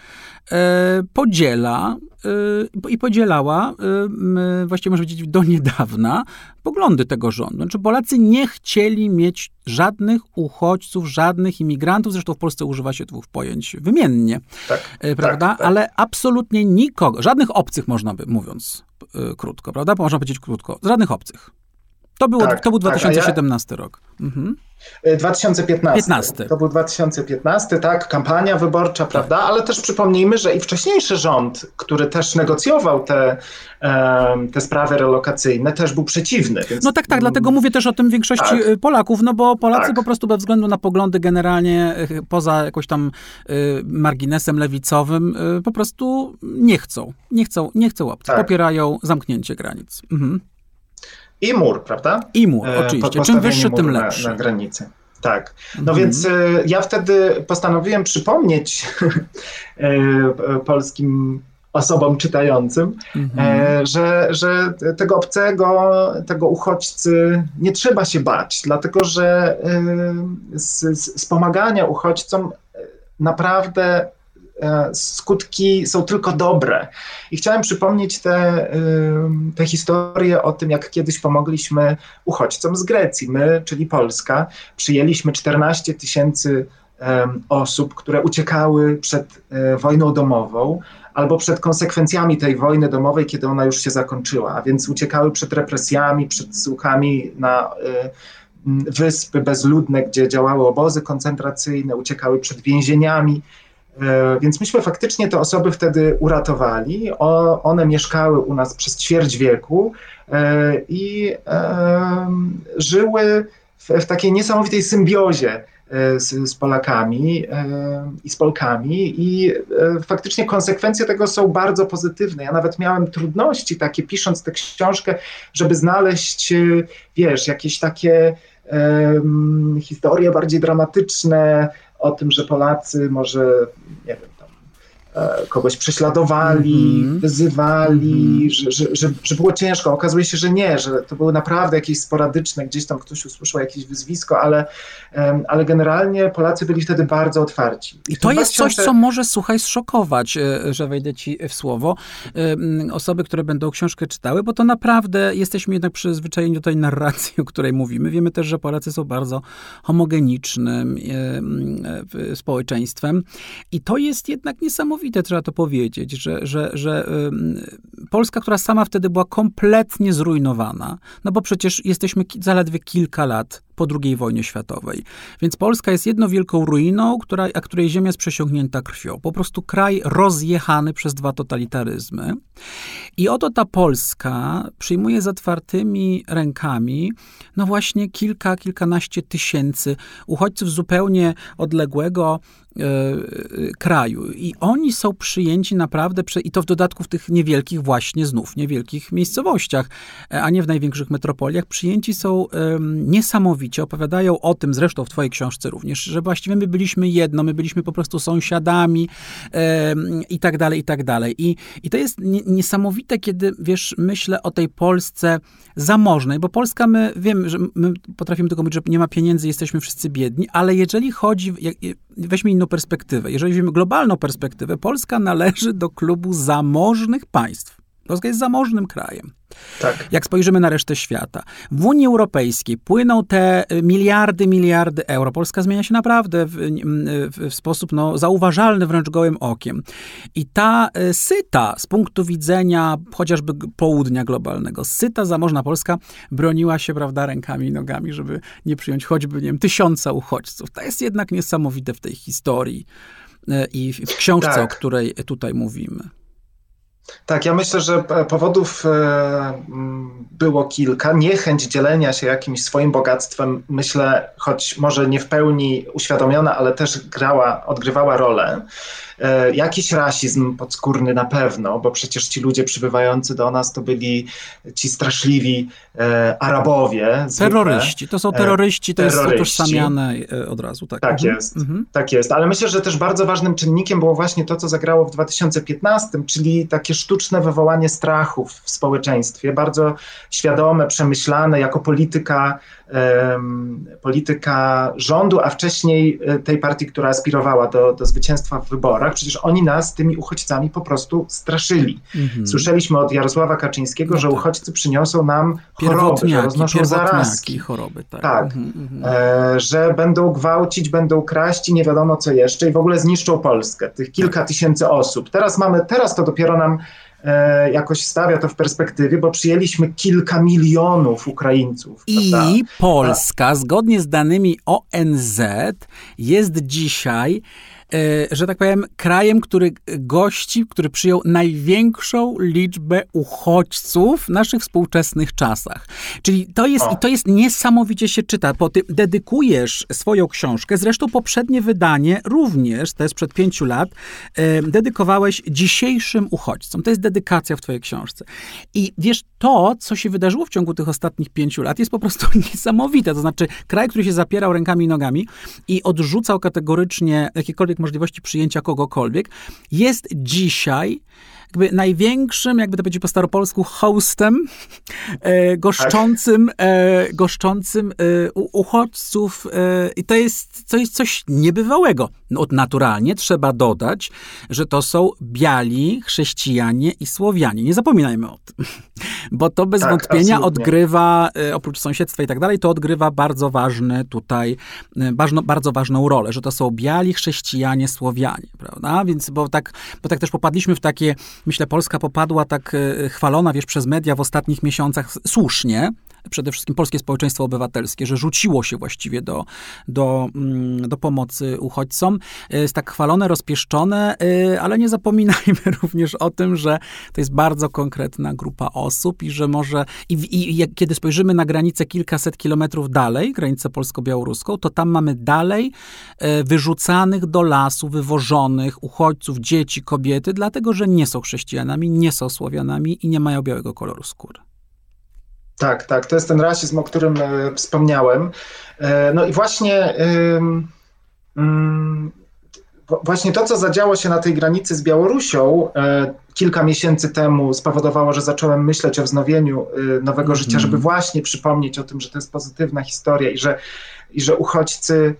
podzielała, właściwie można powiedzieć do niedawna, poglądy tego rządu. Znaczy Polacy nie chcieli mieć żadnych uchodźców, żadnych imigrantów, zresztą w Polsce używa się 2 pojęć wymiennie, prawda? Tak. Ale absolutnie nikogo, żadnych obcych można by, mówiąc krótko, prawda? Można powiedzieć krótko, żadnych obcych. To był 2017 rok. 2015. To był 2015, tak, kampania wyborcza, prawda, ale też przypomnijmy, że i wcześniejszy rząd, który też negocjował te sprawy relokacyjne, też był przeciwny. Więc... No tak, dlatego mówię też o tym większości Polaków, bo Polacy po prostu bez względu na poglądy generalnie poza jakoś tam marginesem lewicowym po prostu nie chcą opcji. Popierają zamknięcie granic. I mur, prawda? I mur, oczywiście. Czym wyższy, tym lepszy. Na granicy. Tak. No więc ja wtedy postanowiłem przypomnieć polskim osobom czytającym, że tego obcego, tego uchodźcy nie trzeba się bać, dlatego że z pomagania uchodźcom naprawdę skutki są tylko dobre. I chciałem przypomnieć tę historię o tym, jak kiedyś pomogliśmy uchodźcom z Grecji. My, czyli Polska, przyjęliśmy 14 000 osób, które uciekały przed wojną domową albo przed konsekwencjami tej wojny domowej, kiedy ona już się zakończyła, a więc uciekały przed represjami, przed zsułkami na wyspy bezludne, gdzie działały obozy koncentracyjne, uciekały przed więzieniami. Więc myśmy faktycznie te osoby wtedy uratowali. One mieszkały u nas przez ćwierć wieku i żyły w takiej niesamowitej symbiozie z Polakami i z Polkami i faktycznie konsekwencje tego są bardzo pozytywne. Ja nawet miałem trudności takie, pisząc tę książkę, żeby znaleźć, jakieś takie historie bardziej dramatyczne o tym, że Polacy może, nie wiem, tam kogoś prześladowali, wyzywali, że było ciężko. Okazuje się, że nie, że to były naprawdę jakieś sporadyczne, gdzieś tam ktoś usłyszał jakieś wyzwisko, ale generalnie Polacy byli wtedy bardzo otwarci. I to jest coś, co może, zszokować, że wejdę ci w słowo, osoby, które będą książkę czytały, bo to naprawdę jesteśmy jednak przyzwyczajeni do tej narracji, o której mówimy. Wiemy też, że Polacy są bardzo homogenicznym społeczeństwem i to jest jednak niesamowite, trzeba to powiedzieć, że Polska, która sama wtedy była kompletnie zrujnowana, no bo przecież jesteśmy zaledwie kilka lat po II wojnie światowej. Więc Polska jest jedną wielką ruiną, której ziemia jest przesiąknięta krwią. Po prostu kraj rozjechany przez 2 totalitaryzmy. I oto ta Polska przyjmuje z otwartymi rękami no właśnie kilkanaście tysięcy uchodźców zupełnie odległego kraju. I oni są przyjęci naprawdę, i to w dodatku w tych niewielkich właśnie znów, niewielkich miejscowościach, a nie w największych metropoliach. Przyjęci są niesamowicie, opowiadają o tym, zresztą w twojej książce również, że właściwie my byliśmy jedno, my byliśmy po prostu sąsiadami i tak dalej, i tak dalej. I to jest niesamowite, kiedy, wiesz, myślę o tej Polsce zamożnej, bo Polska, my wiem, że my potrafimy tylko mówić, że nie ma pieniędzy, jesteśmy wszyscy biedni, ale jeżeli chodzi, weźmy inną perspektywę, jeżeli weźmiemy globalną perspektywę, Polska należy do klubu zamożnych państw. Polska jest zamożnym krajem. Tak. Jak spojrzymy na resztę świata. W Unii Europejskiej płyną te miliardy euro. Polska zmienia się naprawdę w sposób zauważalny, wręcz gołym okiem. I ta syta z punktu widzenia chociażby południa globalnego, syta, zamożna Polska broniła się, prawda, rękami i nogami, żeby nie przyjąć choćby, nie wiem, 1000 uchodźców. To jest jednak niesamowite w tej historii i w książce, tak, o której tutaj mówimy. Tak, ja myślę, że powodów było kilka. Niechęć dzielenia się jakimś swoim bogactwem, myślę, choć może nie w pełni uświadomiona, ale też odgrywała rolę. Jakiś rasizm podskórny na pewno, bo przecież ci ludzie przybywający do nas to byli ci straszliwi Arabowie. Terroryści, to są terroryści, to jest utożsamiane od razu. Tak, tak jest, tak jest. Ale myślę, że też bardzo ważnym czynnikiem było właśnie to, co zagrało w 2015, czyli takie sztuczne wywołanie strachów w społeczeństwie, bardzo świadome, przemyślane jako polityka rządu, a wcześniej tej partii, która aspirowała do zwycięstwa w wyborach. Przecież oni nas tymi uchodźcami po prostu straszyli. Słyszeliśmy od Jarosława Kaczyńskiego, że uchodźcy przyniosą nam choroby, że roznoszą zarazki. Choroby, tak. Tak. Że będą gwałcić, będą kraść i nie wiadomo co jeszcze i w ogóle zniszczą Polskę, tych kilka tysięcy osób. Teraz to dopiero nam jakoś stawia to w perspektywie, bo przyjęliśmy kilka milionów Ukraińców. I prawda? Polska, zgodnie z danymi ONZ, jest dzisiaj, że tak powiem, krajem, który przyjął największą liczbę uchodźców w naszych współczesnych czasach. Czyli to jest niesamowicie się czyta, bo ty dedykujesz swoją książkę, zresztą poprzednie wydanie również, to jest sprzed 5 lat, dedykowałeś dzisiejszym uchodźcom. To jest dedykacja w twojej książce. I wiesz, to, co się wydarzyło w ciągu tych ostatnich 5 lat, jest po prostu niesamowite. To znaczy, kraj, który się zapierał rękami i nogami i odrzucał kategorycznie jakiekolwiek możliwości przyjęcia kogokolwiek, jest dzisiaj jakby największym, jakby to powiedzieć po staropolsku, hostem goszczącym uchodźców. I to jest coś niebywałego. No, naturalnie trzeba dodać, że to są biali chrześcijanie i Słowianie. Nie zapominajmy o tym. Bo to bez wątpienia absolutnie odgrywa, oprócz sąsiedztwa i tak dalej, to odgrywa bardzo ważny tutaj, bardzo ważną rolę, że to są biali chrześcijanie, Słowianie, prawda? Więc, bo tak też popadliśmy w takie, myślę, Polska popadła tak chwalona, wiesz, przez media w ostatnich miesiącach, słusznie, przede wszystkim polskie społeczeństwo obywatelskie, że rzuciło się właściwie do pomocy uchodźcom. Jest tak chwalone, rozpieszczone, ale nie zapominajmy również o tym, że to jest bardzo konkretna grupa osób i że może... I kiedy spojrzymy na granicę kilkaset kilometrów dalej, granicę polsko-białoruską, to tam mamy dalej wyrzucanych do lasu, wywożonych uchodźców, dzieci, kobiety, dlatego, że nie są chrześcijanami, nie są Słowianami i nie mają białego koloru skóry. Tak, to jest ten rasizm, o którym wspomniałem. No i właśnie to, co zadziało się na tej granicy z Białorusią kilka miesięcy temu, spowodowało, że zacząłem myśleć o wznowieniu nowego życia, żeby właśnie przypomnieć o tym, że to jest pozytywna historia i że uchodźcy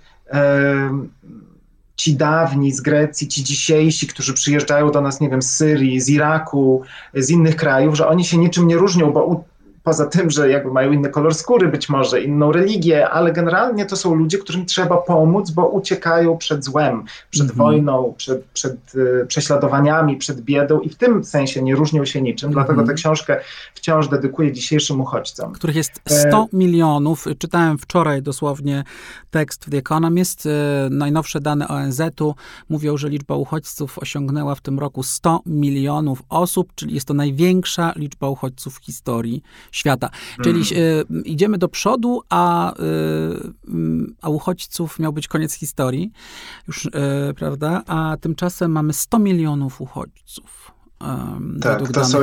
ci dawni z Grecji, ci dzisiejsi, którzy przyjeżdżają do nas, nie wiem, z Syrii, z Iraku, z innych krajów, że oni się niczym nie różnią, bo poza tym, że jakby mają inny kolor skóry, być może inną religię, ale generalnie to są ludzie, którym trzeba pomóc, bo uciekają przed złem, przed wojną, przed prześladowaniami, przed biedą i w tym sensie nie różnią się niczym. Dlatego tę książkę wciąż dedykuję dzisiejszym uchodźcom. Których jest 100 milionów. Czytałem wczoraj dosłownie tekst w The Economist. Najnowsze dane ONZ-u mówią, że liczba uchodźców osiągnęła w tym roku 100 milionów osób, czyli jest to największa liczba uchodźców w historii świata. Czyli idziemy do przodu, a uchodźców miał być koniec historii, już, prawda? A tymczasem mamy 100 milionów uchodźców. Tak,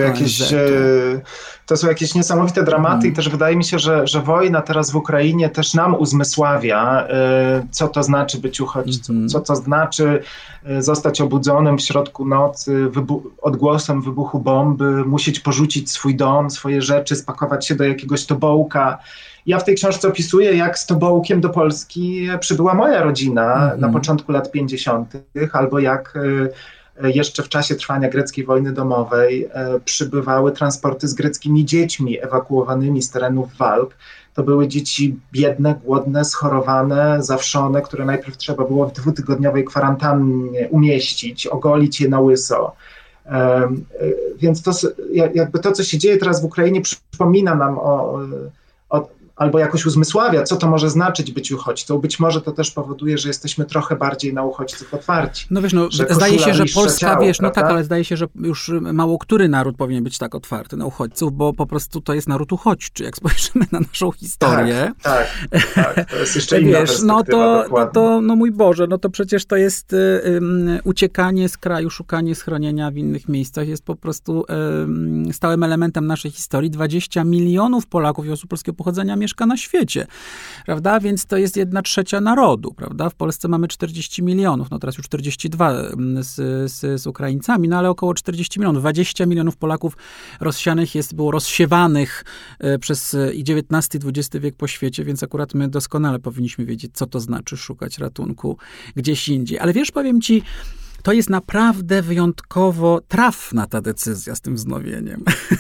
to są jakieś niesamowite dramaty i też wydaje mi się, że wojna teraz w Ukrainie też nam uzmysławia, co to znaczy być uchodźcą, co to znaczy zostać obudzonym w środku nocy odgłosem wybuchu bomby, musieć porzucić swój dom, swoje rzeczy, spakować się do jakiegoś tobołka. Ja w tej książce opisuję, jak z tobołkiem do Polski przybyła moja rodzina na początku lat 50., albo jak jeszcze w czasie trwania greckiej wojny domowej przybywały transporty z greckimi dziećmi ewakuowanymi z terenów walk. To były dzieci biedne, głodne, schorowane, zawszone, które najpierw trzeba było w 2-tygodniowej kwarantannie umieścić, ogolić je na łyso. Więc to, co się dzieje teraz w Ukrainie, przypomina nam albo jakoś uzmysławia, co to może znaczyć być uchodźcą. Być może to też powoduje, że jesteśmy trochę bardziej na uchodźców otwarci. No wiesz, zdaje się, że Polska, ciało, no tak, ale zdaje się, że już mało który naród powinien być tak otwarty na uchodźców, bo po prostu to jest naród uchodźczy. Jak spojrzymy na naszą historię. Tak, to jest jeszcze inna perspektywa. No mój Boże, no to przecież to jest uciekanie z kraju, szukanie schronienia w innych miejscach jest po prostu stałym elementem naszej historii. 20 milionów Polaków i osób polskiego pochodzenia mieszka na świecie, prawda? Więc to jest 1/3 narodu, prawda? W Polsce mamy 40 milionów, no teraz już 42 z Ukraińcami, no ale około 40 milionów. 20 milionów Polaków było rozsiewanych przez i XIX i XX wiek po świecie, więc akurat my doskonale powinniśmy wiedzieć, co to znaczy szukać ratunku gdzieś indziej. Ale wiesz, powiem ci, to jest naprawdę wyjątkowo trafna ta decyzja z tym wznowieniem.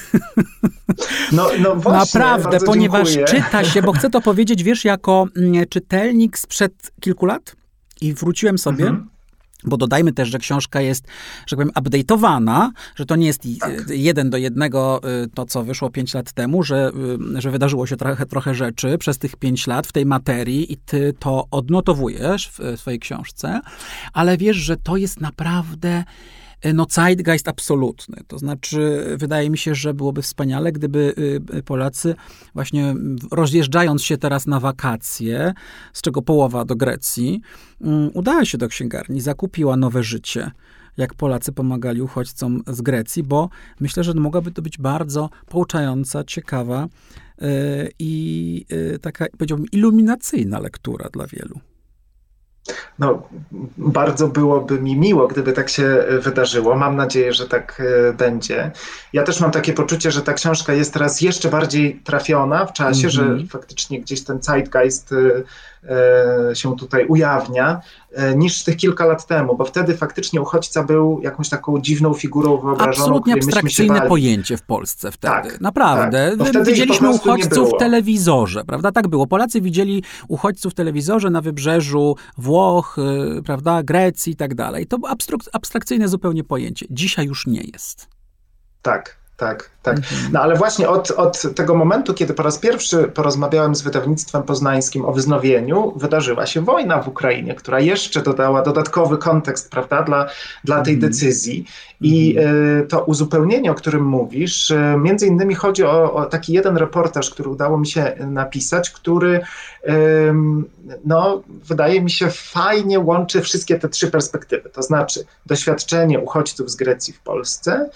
No właśnie, naprawdę, ponieważ czyta się, bo chcę to powiedzieć, wiesz, jako czytelnik sprzed kilku lat i wróciłem sobie, bo dodajmy też, że książka jest, że tak powiem, update'owana, że to nie jest 1 do 1 to, co wyszło 5 lat temu, że wydarzyło się trochę rzeczy przez tych 5 lat w tej materii i ty to odnotowujesz w swojej książce, ale wiesz, że to jest naprawdę zeitgeist absolutny. To znaczy, wydaje mi się, że byłoby wspaniale, gdyby Polacy właśnie rozjeżdżając się teraz na wakacje, z czego połowa do Grecji, udała się do księgarni, zakupiła Nowe życie, jak Polacy pomagali uchodźcom z Grecji, bo myślę, że mogłaby to być bardzo pouczająca, ciekawa i taka, powiedziałbym, iluminacyjna lektura dla wielu. No, bardzo byłoby mi miło, gdyby tak się wydarzyło. Mam nadzieję, że tak będzie. Ja też mam takie poczucie, że ta książka jest teraz jeszcze bardziej trafiona w czasie, że faktycznie gdzieś ten zeitgeist się tutaj ujawnia, niż tych kilka lat temu, bo wtedy faktycznie uchodźca był jakąś taką dziwną figurą wyobrażoną. Absolutnie abstrakcyjne pojęcie w Polsce wtedy. Tak, naprawdę. Wtedy widzieliśmy uchodźców w telewizorze, prawda? Tak było. Polacy widzieli uchodźców w telewizorze na wybrzeżu Włoch, prawda, Grecji i tak dalej. To było abstrakcyjne zupełnie pojęcie. Dzisiaj już nie jest. Tak. No ale właśnie od tego momentu, kiedy po raz pierwszy porozmawiałem z wydawnictwem poznańskim o wznowieniu, wydarzyła się wojna w Ukrainie, która jeszcze dodała dodatkowy kontekst, prawda, dla tej decyzji. I to uzupełnienie, o którym mówisz, między innymi chodzi o taki jeden reportaż, który udało mi się napisać, który wydaje mi się fajnie łączy wszystkie te 3 perspektywy. To znaczy doświadczenie uchodźców z Grecji w Polsce,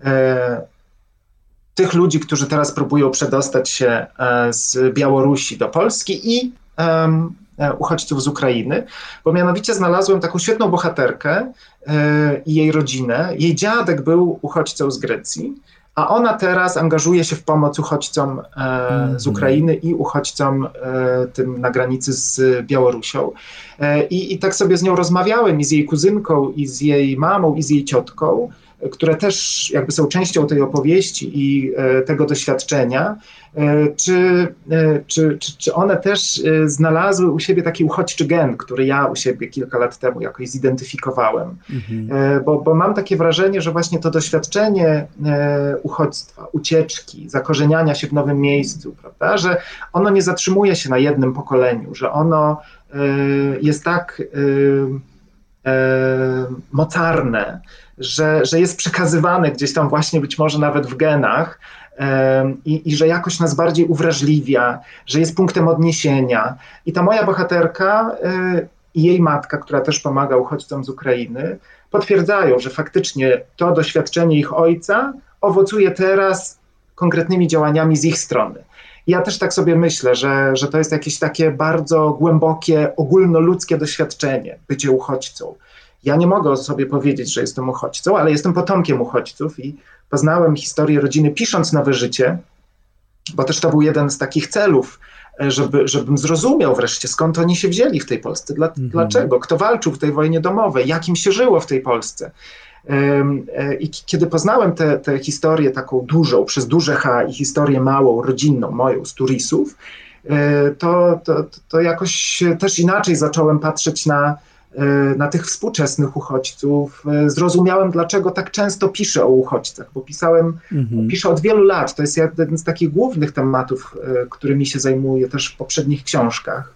tych ludzi, którzy teraz próbują przedostać się z Białorusi do Polski i uchodźców z Ukrainy, bo mianowicie znalazłem taką świetną bohaterkę i jej rodzinę. Jej dziadek był uchodźcą z Grecji, a ona teraz angażuje się w pomoc uchodźcom z Ukrainy i uchodźcom tym na granicy z Białorusią. I tak sobie z nią rozmawiałem i z jej kuzynką, i z jej mamą, i z jej ciotką, które też jakby są częścią tej opowieści i tego doświadczenia. Czy one też znalazły u siebie taki uchodźczy gen, który ja u siebie kilka lat temu jakoś zidentyfikowałem. Bo mam takie wrażenie, że właśnie to doświadczenie uchodźstwa, ucieczki, zakorzeniania się w nowym miejscu, prawda, że ono nie zatrzymuje się na jednym pokoleniu, że ono jest tak mocarne, że jest przekazywane gdzieś tam właśnie być może nawet w genach i że jakoś nas bardziej uwrażliwia, że jest punktem odniesienia. I ta moja bohaterka i jej matka, która też pomaga uchodźcom z Ukrainy, potwierdzają, że faktycznie to doświadczenie ich ojca owocuje teraz konkretnymi działaniami z ich strony. Ja też tak sobie myślę, że to jest jakieś takie bardzo głębokie, ogólnoludzkie doświadczenie, bycie uchodźcą. Ja nie mogę o sobie powiedzieć, że jestem uchodźcą, ale jestem potomkiem uchodźców i poznałem historię rodziny pisząc Nowe Życie, bo też to był jeden z takich celów, żebym zrozumiał wreszcie, skąd oni się wzięli w tej Polsce, dlaczego, kto walczył w tej wojnie domowej, jak im się żyło w tej Polsce. I kiedy poznałem tę historię taką dużą, przez duże H i historię małą, rodzinną, moją z Turisów, to jakoś też inaczej zacząłem patrzeć na tych współczesnych uchodźców. Zrozumiałem, dlaczego tak często piszę o uchodźcach, bo piszę od wielu lat. To jest jeden z takich głównych tematów, którymi się zajmuję też w poprzednich książkach.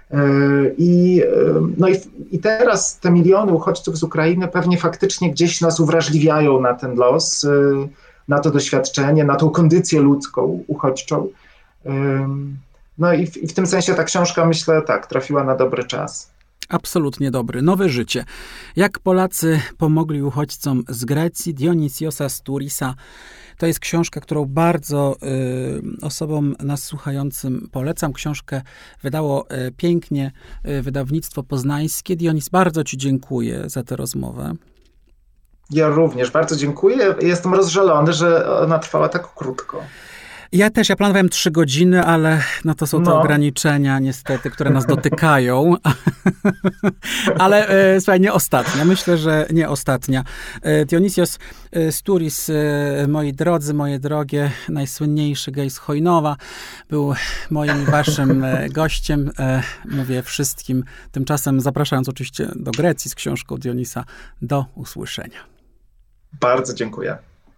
I teraz te miliony uchodźców z Ukrainy pewnie faktycznie gdzieś nas uwrażliwiają na ten los, na to doświadczenie, na tą kondycję ludzką, uchodźczą. No i w tym sensie ta książka, myślę, tak, trafiła na dobry czas. Absolutnie dobry. Nowe życie. Jak Polacy pomogli uchodźcom z Grecji, Dionisiosa z Turisa. To jest książka, którą bardzo osobom nas słuchającym polecam. Książkę wydało pięknie wydawnictwo poznańskie. Dionis, bardzo ci dziękuję za tę rozmowę. Ja również bardzo dziękuję. Jestem rozżalony, że ona trwała tak krótko. Ja też, ja planowałem 3 godziny, ale no to są te ograniczenia niestety, które nas dotykają. Ale słuchaj, nie ostatnia. Myślę, że nie ostatnia. Dionisios z Turis, moi drodzy, moje drogie, najsłynniejszy gej z Chojnowa, był moim i waszym gościem. Mówię wszystkim, tymczasem zapraszając oczywiście do Grecji z książką Dionisa. Do usłyszenia. Bardzo dziękuję.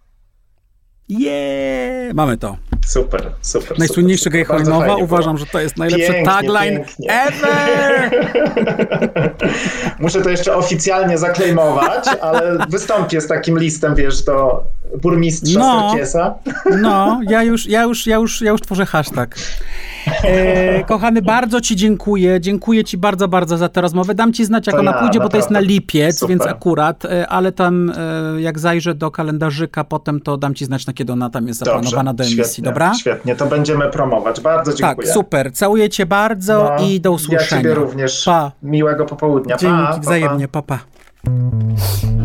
Mamy to. Super. Najsłynniejszy gej Chojnowa. Uważam, że to jest najlepszy tagline ever! Muszę to jeszcze oficjalnie zaklejmować, ale wystąpię z takim listem, wiesz, do burmistrza Serkiesa. Ja już tworzę hashtag. Kochany, bardzo ci dziękuję. Dziękuję ci bardzo, bardzo za tę rozmowę. Dam ci znać, jak ona pójdzie, bo to jest na lipiec, super. Więc akurat, ale tam jak zajrzę do kalendarzyka potem, to dam ci znać, na kiedy ona tam jest zaplanowana do emisji, świetnie, dobra? Świetnie, to będziemy promować. Bardzo dziękuję. Tak, super. Całuję cię bardzo i do usłyszenia. Ja ciebie również. Miłego popołudnia. Dzięki, wzajemnie. Pa.